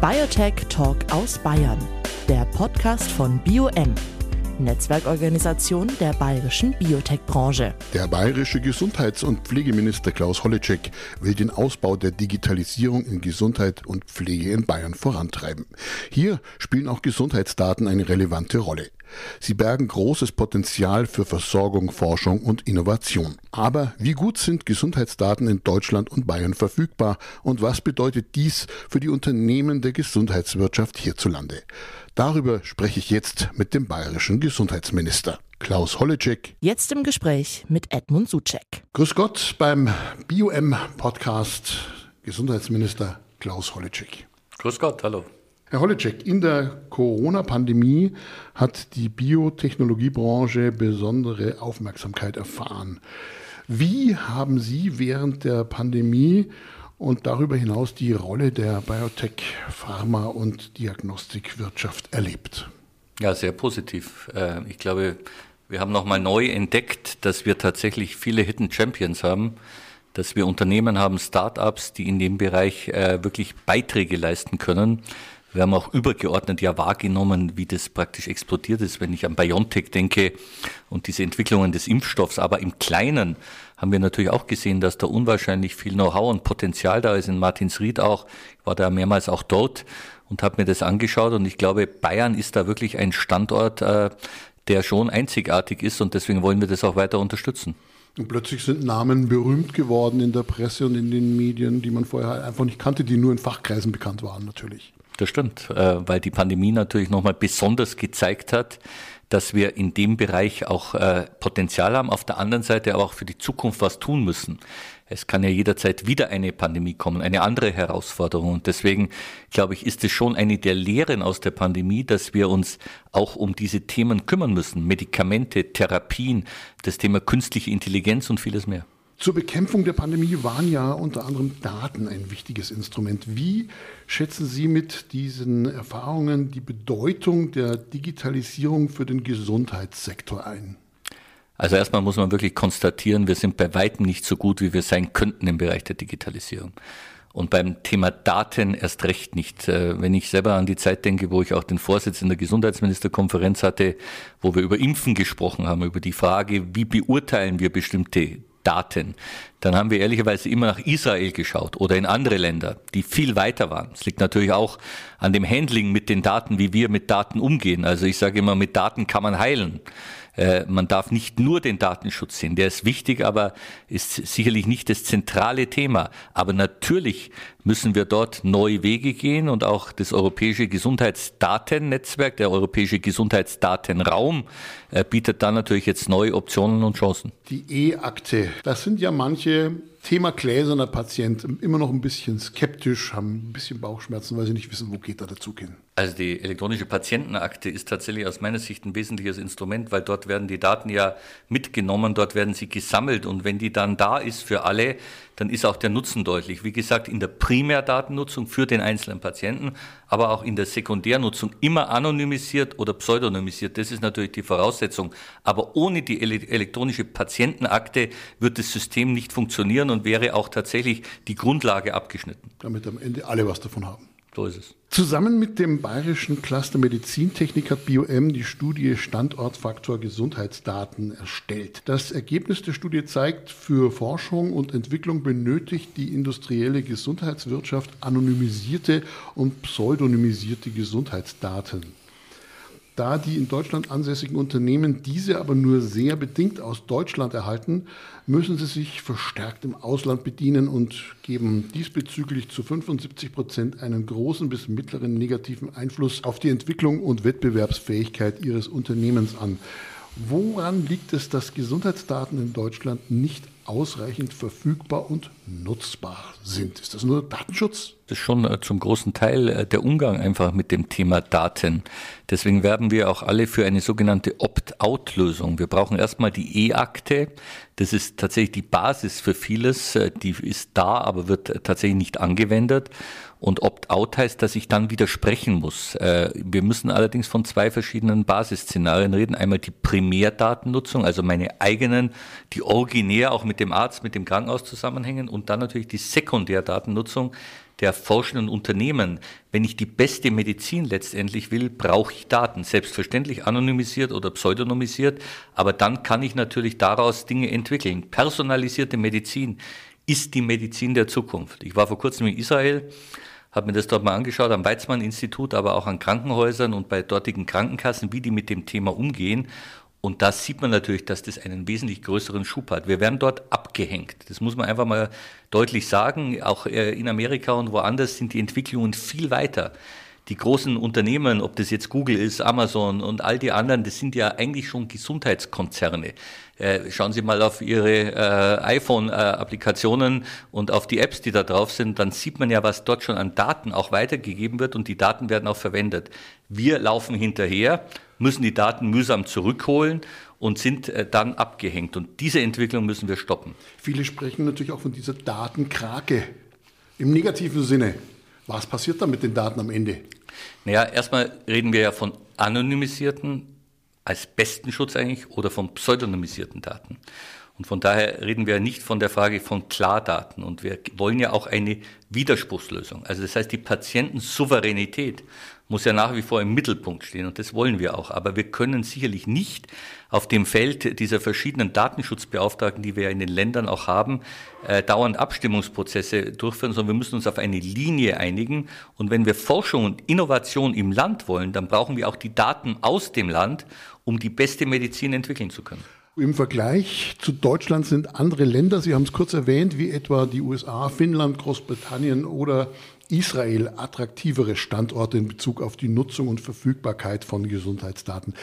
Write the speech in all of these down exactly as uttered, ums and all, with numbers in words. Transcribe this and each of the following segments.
Biotech Talk aus Bayern, der Podcast von BioM, Netzwerkorganisation der bayerischen Biotech-Branche. Der bayerische Gesundheits- und Pflegeminister Klaus Holleczek will den Ausbau der Digitalisierung in Gesundheit und Pflege in Bayern vorantreiben. Hier spielen auch Gesundheitsdaten eine relevante Rolle. Sie bergen großes Potenzial für Versorgung, Forschung und Innovation. Aber wie gut sind Gesundheitsdaten in Deutschland und Bayern verfügbar und was bedeutet dies für die Unternehmen der Gesundheitswirtschaft hierzulande? Darüber spreche ich jetzt mit dem bayerischen Gesundheitsminister Klaus Holleczek. Jetzt im Gespräch mit Edmund Soucek. Grüß Gott beim BioM-Podcast Gesundheitsminister Klaus Holleczek. Grüß Gott, hallo. Herr Holleczek, in der Corona-Pandemie hat die Biotechnologiebranche besondere Aufmerksamkeit erfahren. Wie haben Sie während der Pandemie und darüber hinaus die Rolle der Biotech, Pharma- und Diagnostikwirtschaft erlebt? Ja, sehr positiv. Ich glaube, wir haben nochmal neu entdeckt, dass wir tatsächlich viele Hidden Champions haben, dass wir Unternehmen haben, Start-ups, die in dem Bereich wirklich Beiträge leisten können. Wir haben auch übergeordnet ja wahrgenommen, wie das praktisch explodiert ist, wenn ich an BioNTech denke und diese Entwicklungen des Impfstoffs. Aber im Kleinen haben wir natürlich auch gesehen, dass da unwahrscheinlich viel Know-how und Potenzial da ist. In Martinsried auch, ich war da mehrmals auch dort und habe mir das angeschaut. Und ich glaube, Bayern ist da wirklich ein Standort, der schon einzigartig ist. Und deswegen wollen wir das auch weiter unterstützen. Und plötzlich sind Namen berühmt geworden in der Presse und in den Medien, die man vorher einfach nicht kannte, die nur in Fachkreisen bekannt waren natürlich. Das stimmt, weil die Pandemie natürlich nochmal besonders gezeigt hat, dass wir in dem Bereich auch Potenzial haben, auf der anderen Seite aber auch für die Zukunft was tun müssen. Es kann ja jederzeit wieder eine Pandemie kommen, eine andere Herausforderung. Und deswegen, glaube ich, ist es schon eine der Lehren aus der Pandemie, dass wir uns auch um diese Themen kümmern müssen. Medikamente, Therapien, das Thema künstliche Intelligenz und vieles mehr. Zur Bekämpfung der Pandemie waren ja unter anderem Daten ein wichtiges Instrument. Wie schätzen Sie mit diesen Erfahrungen die Bedeutung der Digitalisierung für den Gesundheitssektor ein? Also erstmal muss man wirklich konstatieren, wir sind bei weitem nicht so gut, wie wir sein könnten im Bereich der Digitalisierung. Und beim Thema Daten erst recht nicht. Wenn ich selber an die Zeit denke, wo ich auch den Vorsitz in der Gesundheitsministerkonferenz hatte, wo wir über Impfen gesprochen haben, über die Frage, wie beurteilen wir bestimmte Daten, dann haben wir ehrlicherweise immer nach Israel geschaut oder in andere Länder, die viel weiter waren. Es liegt natürlich auch an dem Handling mit den Daten, wie wir mit Daten umgehen. Also ich sage immer, mit Daten kann man heilen. Äh, man darf nicht nur den Datenschutz sehen, der ist wichtig, aber ist sicherlich nicht das zentrale Thema. Aber natürlich müssen wir dort neue Wege gehen und auch das europäische Gesundheitsdatennetzwerk, der europäische Gesundheitsdatenraum äh, bietet da natürlich jetzt neue Optionen und Chancen. Die E-Akte, das sind ja manche Thema gläserner Patient immer noch ein bisschen skeptisch, haben ein bisschen Bauchschmerzen, weil sie nicht wissen, wo geht da der Zug hin. Also die elektronische Patientenakte ist tatsächlich aus meiner Sicht ein wesentliches Instrument, weil dort werden die Daten ja mitgenommen, dort werden sie gesammelt und wenn die dann da ist für alle, dann ist auch der Nutzen deutlich. Wie gesagt, in der Primärdatennutzung für den einzelnen Patienten, aber auch in der Sekundärnutzung immer anonymisiert oder pseudonymisiert. Das ist natürlich die Voraussetzung. Aber ohne die elektronische Patientenakte wird das System nicht funktionieren und wäre auch tatsächlich die Grundlage abgeschnitten. Damit am Ende alle was davon haben. So ist es. Zusammen mit dem bayerischen Cluster Medizintechnik hat BioM die Studie Standortfaktor Gesundheitsdaten erstellt. Das Ergebnis der Studie zeigt, für Forschung und Entwicklung benötigt die industrielle Gesundheitswirtschaft anonymisierte und pseudonymisierte Gesundheitsdaten. Da die in Deutschland ansässigen Unternehmen diese aber nur sehr bedingt aus Deutschland erhalten, müssen sie sich verstärkt im Ausland bedienen und geben diesbezüglich zu fünfundsiebzig Prozent einen großen bis mittleren negativen Einfluss auf die Entwicklung und Wettbewerbsfähigkeit ihres Unternehmens an. Woran liegt es, dass Gesundheitsdaten in Deutschland nicht ausreichend verfügbar und nutzbar sind? Ist das nur Datenschutz? Das ist schon zum großen Teil der Umgang einfach mit dem Thema Daten. Deswegen werben wir auch alle für eine sogenannte Opt-out-Lösung. Wir brauchen erstmal die E-Akte. Das ist tatsächlich die Basis für vieles. Die ist da, aber wird tatsächlich nicht angewendet. Und Opt-out heißt, dass ich dann widersprechen muss. Wir müssen allerdings von zwei verschiedenen Basisszenarien reden. Einmal die Primärdatennutzung, also meine eigenen, die originär auch mit dem Arzt, mit dem Krankenhaus zusammenhängen. Und dann natürlich die Sekundärdatennutzung, der forschenden Unternehmen. Wenn ich die beste Medizin letztendlich will, brauche ich Daten. Selbstverständlich anonymisiert oder pseudonymisiert, aber dann kann ich natürlich daraus Dinge entwickeln. Personalisierte Medizin ist die Medizin der Zukunft. Ich war vor kurzem in Israel, habe mir das dort mal angeschaut, am Weizmann-Institut, aber auch an Krankenhäusern und bei dortigen Krankenkassen, wie die mit dem Thema umgehen. Und da sieht man natürlich, dass das einen wesentlich größeren Schub hat. Wir werden dort abgehängt. Das muss man einfach mal deutlich sagen. Auch in Amerika und woanders sind die Entwicklungen viel weiter. Die großen Unternehmen, ob das jetzt Google ist, Amazon und all die anderen, das sind ja eigentlich schon Gesundheitskonzerne. Äh, schauen Sie mal auf Ihre äh, iPhone-Applikationen und auf die Apps, die da drauf sind, dann sieht man ja, was dort schon an Daten auch weitergegeben wird und die Daten werden auch verwendet. Wir laufen hinterher, müssen die Daten mühsam zurückholen und sind äh, dann abgehängt. Und diese Entwicklung müssen wir stoppen. Viele sprechen natürlich auch von dieser Datenkrake im negativen Sinne. Was passiert dann mit den Daten am Ende? Naja, erstmal reden wir ja von anonymisierten, als besten Schutz eigentlich, oder von pseudonymisierten Daten. Und von daher reden wir nicht von der Frage von Klardaten. Und wir wollen ja auch eine Widerspruchslösung. Also das heißt, die Patientensouveränität muss ja nach wie vor im Mittelpunkt stehen. Und das wollen wir auch. Aber wir können sicherlich nicht auf dem Feld dieser verschiedenen Datenschutzbeauftragten, die wir ja in den Ländern auch haben, äh, dauernd Abstimmungsprozesse durchführen, sondern wir müssen uns auf eine Linie einigen. Und wenn wir Forschung und Innovation im Land wollen, dann brauchen wir auch die Daten aus dem Land, um die beste Medizin entwickeln zu können. Im Vergleich zu Deutschland sind andere Länder, Sie haben es kurz erwähnt, wie etwa die U S A, Finnland, Großbritannien oder Israel attraktivere Standorte in Bezug auf die Nutzung und Verfügbarkeit von Gesundheitsdaten.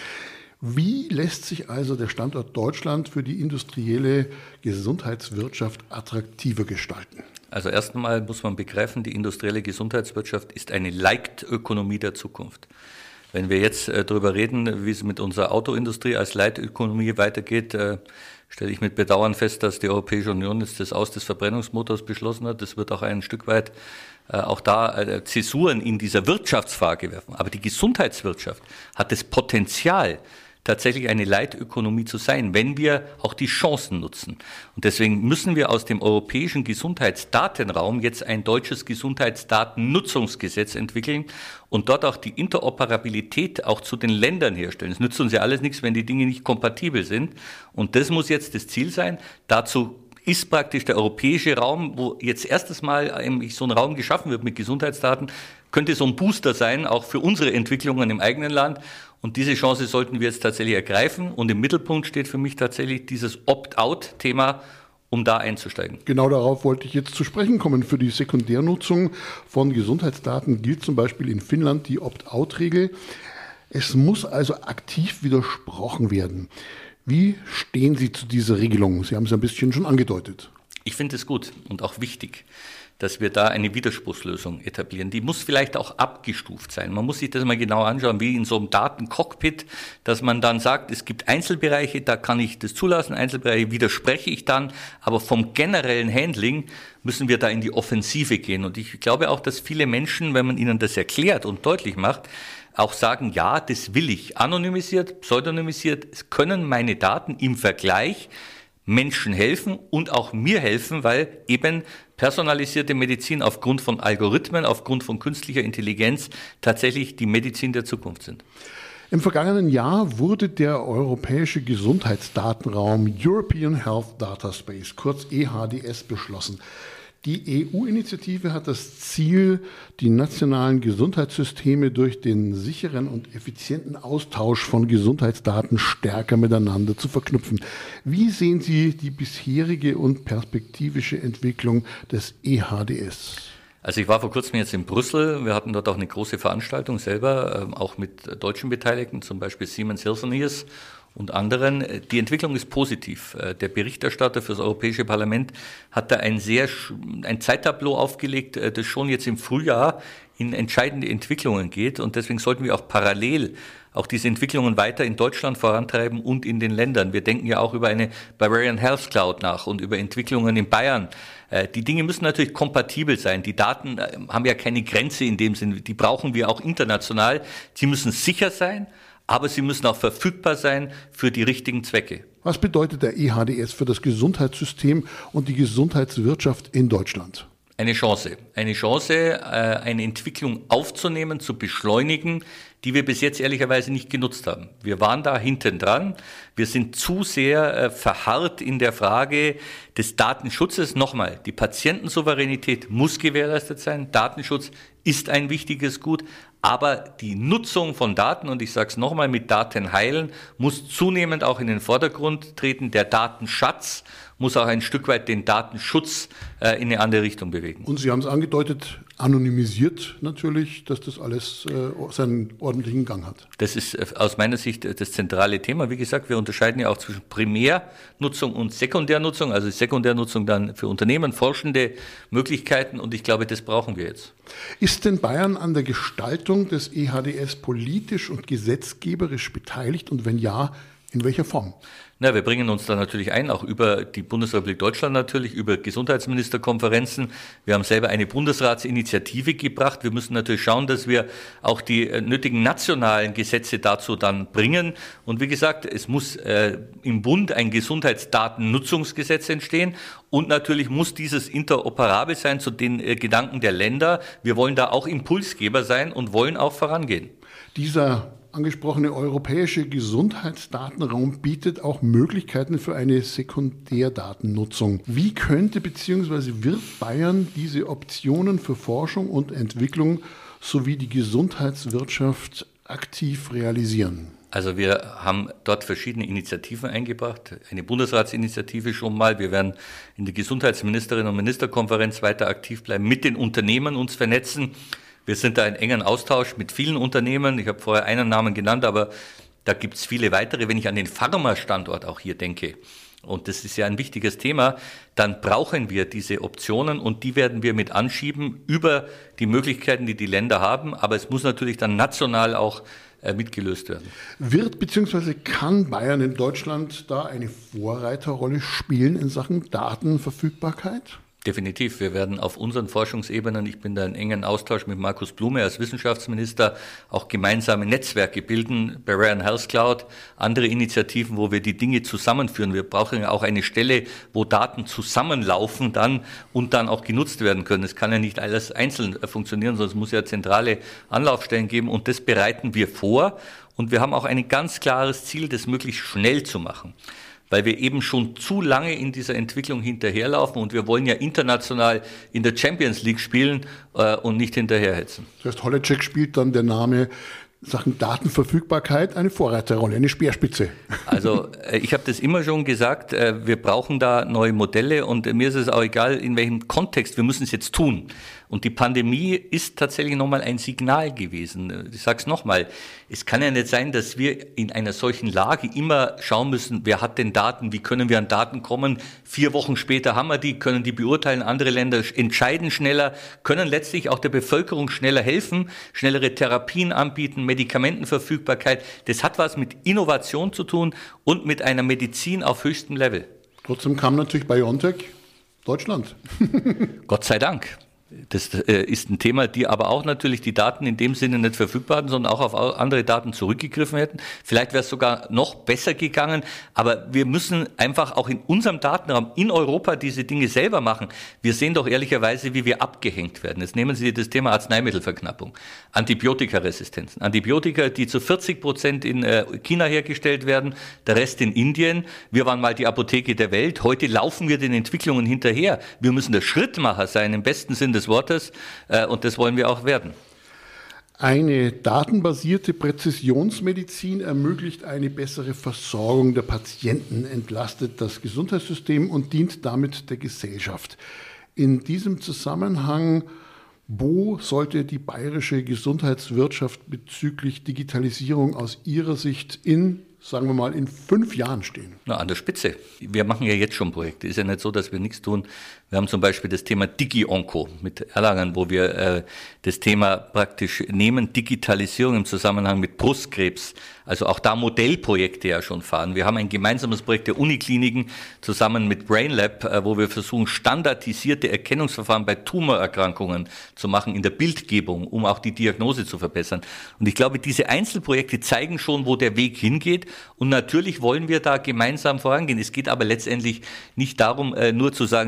Wie lässt sich also der Standort Deutschland für die industrielle Gesundheitswirtschaft attraktiver gestalten? Also erst einmal muss man begreifen, die industrielle Gesundheitswirtschaft ist eine Leitökonomie der Zukunft. Wenn wir jetzt äh, darüber reden, wie es mit unserer Autoindustrie als Leitökonomie weitergeht, äh, stelle ich mit Bedauern fest, dass die Europäische Union jetzt das Aus des Verbrennungsmotors beschlossen hat. Das wird auch ein Stück weit äh, auch da äh, Zäsuren in dieser Wirtschaftsfrage werfen. Aber die Gesundheitswirtschaft hat das Potenzial, tatsächlich eine Leitökonomie zu sein, wenn wir auch die Chancen nutzen. Und deswegen müssen wir aus dem europäischen Gesundheitsdatenraum jetzt ein deutsches Gesundheitsdatennutzungsgesetz entwickeln und dort auch die Interoperabilität auch zu den Ländern herstellen. Es nützt uns ja alles nichts, wenn die Dinge nicht kompatibel sind. Und das muss jetzt das Ziel sein. Dazu ist praktisch der europäische Raum, wo jetzt erstes Mal so ein Raum geschaffen wird mit Gesundheitsdaten, könnte so ein Booster sein, auch für unsere Entwicklungen im eigenen Land. Und diese Chance sollten wir jetzt tatsächlich ergreifen. Und im Mittelpunkt steht für mich tatsächlich dieses Opt-out-Thema, um da einzusteigen. Genau darauf wollte ich jetzt zu sprechen kommen. Für die Sekundärnutzung von Gesundheitsdaten gilt zum Beispiel in Finnland die Opt-out-Regel. Es muss also aktiv widersprochen werden. Wie stehen Sie zu dieser Regelung? Sie haben es ein bisschen schon angedeutet. Ich finde es gut und auch wichtig, dass wir da eine Widerspruchslösung etablieren. Die muss vielleicht auch abgestuft sein. Man muss sich das mal genau anschauen, wie in so einem Datencockpit, dass man dann sagt, es gibt Einzelbereiche, da kann ich das zulassen, Einzelbereiche widerspreche ich dann, aber vom generellen Handling müssen wir da in die Offensive gehen. Und ich glaube auch, dass viele Menschen, wenn man ihnen das erklärt und deutlich macht, auch sagen, ja, das will ich. Anonymisiert, pseudonymisiert, es können meine Daten im Vergleich Menschen helfen und auch mir helfen, weil eben personalisierte Medizin aufgrund von Algorithmen, aufgrund von künstlicher Intelligenz tatsächlich die Medizin der Zukunft sind. Im vergangenen Jahr wurde der europäische Gesundheitsdatenraum European Health Data Space, kurz E H D S, beschlossen. Die E U-Initiative hat das Ziel, die nationalen Gesundheitssysteme durch den sicheren und effizienten Austausch von Gesundheitsdaten stärker miteinander zu verknüpfen. Wie sehen Sie die bisherige und perspektivische Entwicklung des E H D S? Also ich war vor kurzem jetzt in Brüssel. Wir hatten dort auch eine große Veranstaltung selber, auch mit deutschen Beteiligten, zum Beispiel Siemens Healthineers und anderen. Die Entwicklung ist positiv. Der Berichterstatter für das Europäische Parlament hat da ein sehr ein Zeittableau aufgelegt, das schon jetzt im Frühjahr in entscheidende Entwicklungen geht. Und deswegen sollten wir auch parallel auch diese Entwicklungen weiter in Deutschland vorantreiben und in den Ländern. Wir denken ja auch über eine Bavarian Health Cloud nach und über Entwicklungen in Bayern. Die Dinge müssen natürlich kompatibel sein. Die Daten haben ja keine Grenze in dem Sinne. Die brauchen wir auch international. Sie müssen sicher sein, aber sie müssen auch verfügbar sein für die richtigen Zwecke. Was bedeutet der E H D S für das Gesundheitssystem und die Gesundheitswirtschaft in Deutschland? Eine Chance. Eine Chance, eine Entwicklung aufzunehmen, zu beschleunigen, die wir bis jetzt ehrlicherweise nicht genutzt haben. Wir waren da hinten dran. Wir sind zu sehr verharrt in der Frage des Datenschutzes. Nochmal, die Patientensouveränität muss gewährleistet sein. Datenschutz ist ein wichtiges Gut. Aber die Nutzung von Daten, und ich sage es nochmal, mit Daten heilen, muss zunehmend auch in den Vordergrund treten. Der Datenschatz muss auch ein Stück weit den Datenschutz äh, in eine andere Richtung bewegen. Und Sie haben es angedeutet, anonymisiert natürlich, dass das alles äh, seinen ordentlichen Gang hat. Das ist äh, aus meiner Sicht äh, das zentrale Thema. Wie gesagt, wir unterscheiden ja auch zwischen Primärnutzung und Sekundärnutzung, also Sekundärnutzung dann für Unternehmen, forschende Möglichkeiten, und ich glaube, das brauchen wir jetzt. Ist denn Bayern an der Gestaltung des E H D S politisch und gesetzgeberisch beteiligt, und wenn ja, in welcher Form? Na, wir bringen uns da natürlich ein, auch über die Bundesrepublik Deutschland natürlich, über Gesundheitsministerkonferenzen. Wir haben selber eine Bundesratsinitiative gebracht. Wir müssen natürlich schauen, dass wir auch die nötigen nationalen Gesetze dazu dann bringen. Und wie gesagt, es muss äh, im Bund ein Gesundheitsdatennutzungsgesetz entstehen. Und natürlich muss dieses interoperabel sein zu den äh, Gedanken der Länder. Wir wollen da auch Impulsgeber sein und wollen auch vorangehen. Dieser angesprochene europäische Gesundheitsdatenraum bietet auch Möglichkeiten für eine Sekundärdatennutzung. Wie könnte bzw. wird Bayern diese Optionen für Forschung und Entwicklung sowie die Gesundheitswirtschaft aktiv realisieren? Also wir haben dort verschiedene Initiativen eingebracht, eine Bundesratsinitiative schon mal. Wir werden in der Gesundheitsministerinnen- und Ministerkonferenz weiter aktiv bleiben, mit den Unternehmen uns vernetzen. Wir sind da in engen Austausch mit vielen Unternehmen. Ich habe vorher einen Namen genannt, aber da gibt es viele weitere. Wenn ich an den Pharma-Standort auch hier denke, und das ist ja ein wichtiges Thema, dann brauchen wir diese Optionen, und die werden wir mit anschieben über die Möglichkeiten, die die Länder haben. Aber es muss natürlich dann national auch äh, mitgelöst werden. Wird bzw. kann Bayern in Deutschland da eine Vorreiterrolle spielen in Sachen Datenverfügbarkeit? Definitiv. Wir werden auf unseren Forschungsebenen, ich bin da in engen Austausch mit Markus Blume als Wissenschaftsminister, auch gemeinsame Netzwerke bilden, bei Rare Health Cloud, andere Initiativen, wo wir die Dinge zusammenführen. Wir brauchen ja auch eine Stelle, wo Daten zusammenlaufen dann und dann auch genutzt werden können. Es kann ja nicht alles einzeln funktionieren, sondern es muss ja zentrale Anlaufstellen geben, und das bereiten wir vor. Und wir haben auch ein ganz klares Ziel, das möglichst schnell zu machen, weil wir eben schon zu lange in dieser Entwicklung hinterherlaufen, und wir wollen ja international in der Champions League spielen äh, und nicht hinterherhetzen. Das heißt, Holleczek spielt dann der Name Sachen Datenverfügbarkeit eine Vorreiterrolle, eine Speerspitze. Also äh, ich habe das immer schon gesagt, äh, wir brauchen da neue Modelle, und äh, mir ist es auch egal, in welchem Kontext, wir müssen es jetzt tun. Und die Pandemie ist tatsächlich nochmal ein Signal gewesen. Ich sage es nochmal, es kann ja nicht sein, dass wir in einer solchen Lage immer schauen müssen, wer hat denn Daten, wie können wir an Daten kommen. Vier Wochen später haben wir die, können die beurteilen, andere Länder entscheiden schneller, können letztlich auch der Bevölkerung schneller helfen, schnellere Therapien anbieten, Medikamentenverfügbarkeit. Das hat was mit Innovation zu tun und mit einer Medizin auf höchstem Level. Trotzdem kam natürlich BioNTech Deutschland. Gott sei Dank. Das äh, ist ein Thema, die aber auch natürlich die Daten in dem Sinne nicht verfügbar hatten, sondern auch auf andere Daten zurückgegriffen hätten. Vielleicht wäre es sogar noch besser gegangen, aber wir müssen einfach auch in unserem Datenraum in Europa diese Dinge selber machen. Wir sehen doch ehrlicherweise, wie wir abgehängt werden. Jetzt nehmen Sie das Thema Arzneimittelverknappung, Antibiotikaresistenzen. Antibiotika, die zu vierzig Prozent in äh, China hergestellt werden, der Rest in Indien. Wir waren mal die Apotheke der Welt. Heute laufen wir den Entwicklungen hinterher. Wir müssen der Schrittmacher sein, im besten Sinne des Wortes, äh, und das wollen wir auch werden. Eine datenbasierte Präzisionsmedizin ermöglicht eine bessere Versorgung der Patienten, entlastet das Gesundheitssystem und dient damit der Gesellschaft. In diesem Zusammenhang, wo sollte die bayerische Gesundheitswirtschaft bezüglich Digitalisierung aus Ihrer Sicht in, sagen wir mal, in fünf Jahren stehen? Na, an der Spitze. Wir machen ja jetzt schon Projekte. Ist ja nicht so, dass wir nichts tun. Wir haben zum Beispiel das Thema Digi-Onco mit Erlangen, wo wir äh, das Thema praktisch nehmen, Digitalisierung im Zusammenhang mit Brustkrebs. Also auch da Modellprojekte ja schon fahren. Wir haben ein gemeinsames Projekt der Unikliniken zusammen mit BrainLab, äh, wo wir versuchen, standardisierte Erkennungsverfahren bei Tumorerkrankungen zu machen in der Bildgebung, um auch die Diagnose zu verbessern. Und ich glaube, diese Einzelprojekte zeigen schon, wo der Weg hingeht. Und natürlich wollen wir da gemeinsam vorangehen. Es geht aber letztendlich nicht darum, äh, nur zu sagen, welches Bund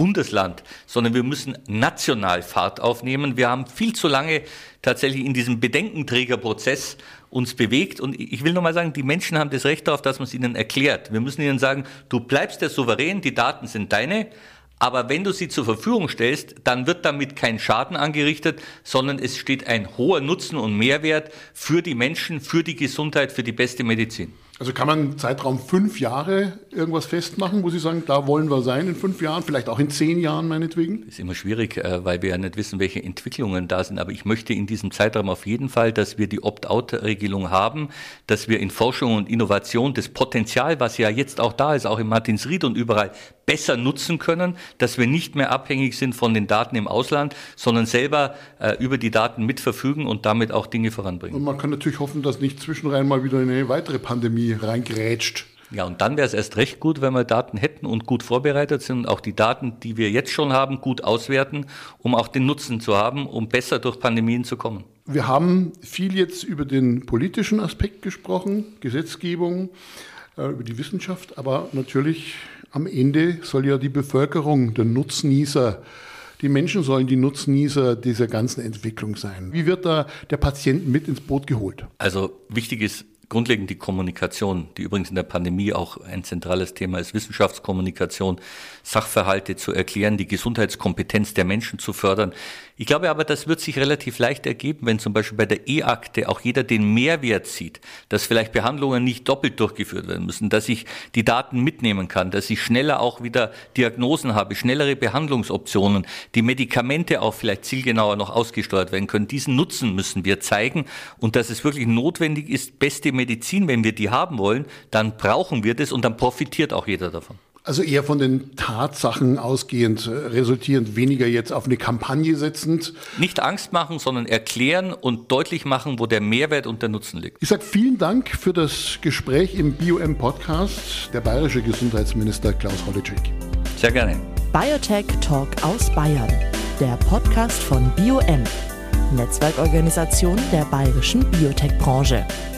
Bundesland, sondern wir müssen national Fahrt aufnehmen. Wir haben viel zu lange tatsächlich in diesem Bedenkenträgerprozess uns bewegt. Und ich will nochmal sagen, die Menschen haben das Recht darauf, dass man es ihnen erklärt. Wir müssen ihnen sagen, du bleibst der Souverän, die Daten sind deine. Aber wenn du sie zur Verfügung stellst, dann wird damit kein Schaden angerichtet, sondern es steht ein hoher Nutzen und Mehrwert für die Menschen, für die Gesundheit, für die beste Medizin. Also kann man Zeitraum fünf Jahre irgendwas festmachen, wo Sie sagen, da wollen wir sein in fünf Jahren, vielleicht auch in zehn Jahren meinetwegen? Das ist immer schwierig, weil wir ja nicht wissen, welche Entwicklungen da sind. Aber ich möchte in diesem Zeitraum auf jeden Fall, dass wir die Opt-out-Regelung haben, dass wir in Forschung und Innovation das Potenzial, was ja jetzt auch da ist, auch in Martinsried und überall, besser nutzen können, dass wir nicht mehr abhängig sind von den Daten im Ausland, sondern selber äh, über die Daten mitverfügen und damit auch Dinge voranbringen. Und man kann natürlich hoffen, dass nicht zwischenrein mal wieder eine weitere Pandemie reingrätscht. Ja, und dann wäre es erst recht gut, wenn wir Daten hätten und gut vorbereitet sind und auch die Daten, die wir jetzt schon haben, gut auswerten, um auch den Nutzen zu haben, um besser durch Pandemien zu kommen. Wir haben viel jetzt über den politischen Aspekt gesprochen, Gesetzgebung, äh, über die Wissenschaft, aber natürlich am Ende soll ja die Bevölkerung, der Nutznießer, die Menschen sollen die Nutznießer dieser ganzen Entwicklung sein. Wie wird da der Patient mit ins Boot geholt? Also wichtig ist grundlegend die Kommunikation, die übrigens in der Pandemie auch ein zentrales Thema ist, Wissenschaftskommunikation, Sachverhalte zu erklären, die Gesundheitskompetenz der Menschen zu fördern. Ich glaube aber, das wird sich relativ leicht ergeben, wenn zum Beispiel bei der E-Akte auch jeder den Mehrwert sieht, dass vielleicht Behandlungen nicht doppelt durchgeführt werden müssen, dass ich die Daten mitnehmen kann, dass ich schneller auch wieder Diagnosen habe, schnellere Behandlungsoptionen, die Medikamente auch vielleicht zielgenauer noch ausgesteuert werden können. Diesen Nutzen müssen wir zeigen und dass es wirklich notwendig ist, beste Medizin, wenn wir die haben wollen, dann brauchen wir das und dann profitiert auch jeder davon. Also eher von den Tatsachen ausgehend, resultierend, weniger jetzt auf eine Kampagne setzend. Nicht Angst machen, sondern erklären und deutlich machen, wo der Mehrwert und der Nutzen liegt. Ich sage vielen Dank für das Gespräch im BioM-Podcast, der bayerische Gesundheitsminister Klaus Holleczek. Sehr gerne. Biotech Talk aus Bayern, der Podcast von BioM, Netzwerkorganisation der bayerischen Biotech-Branche.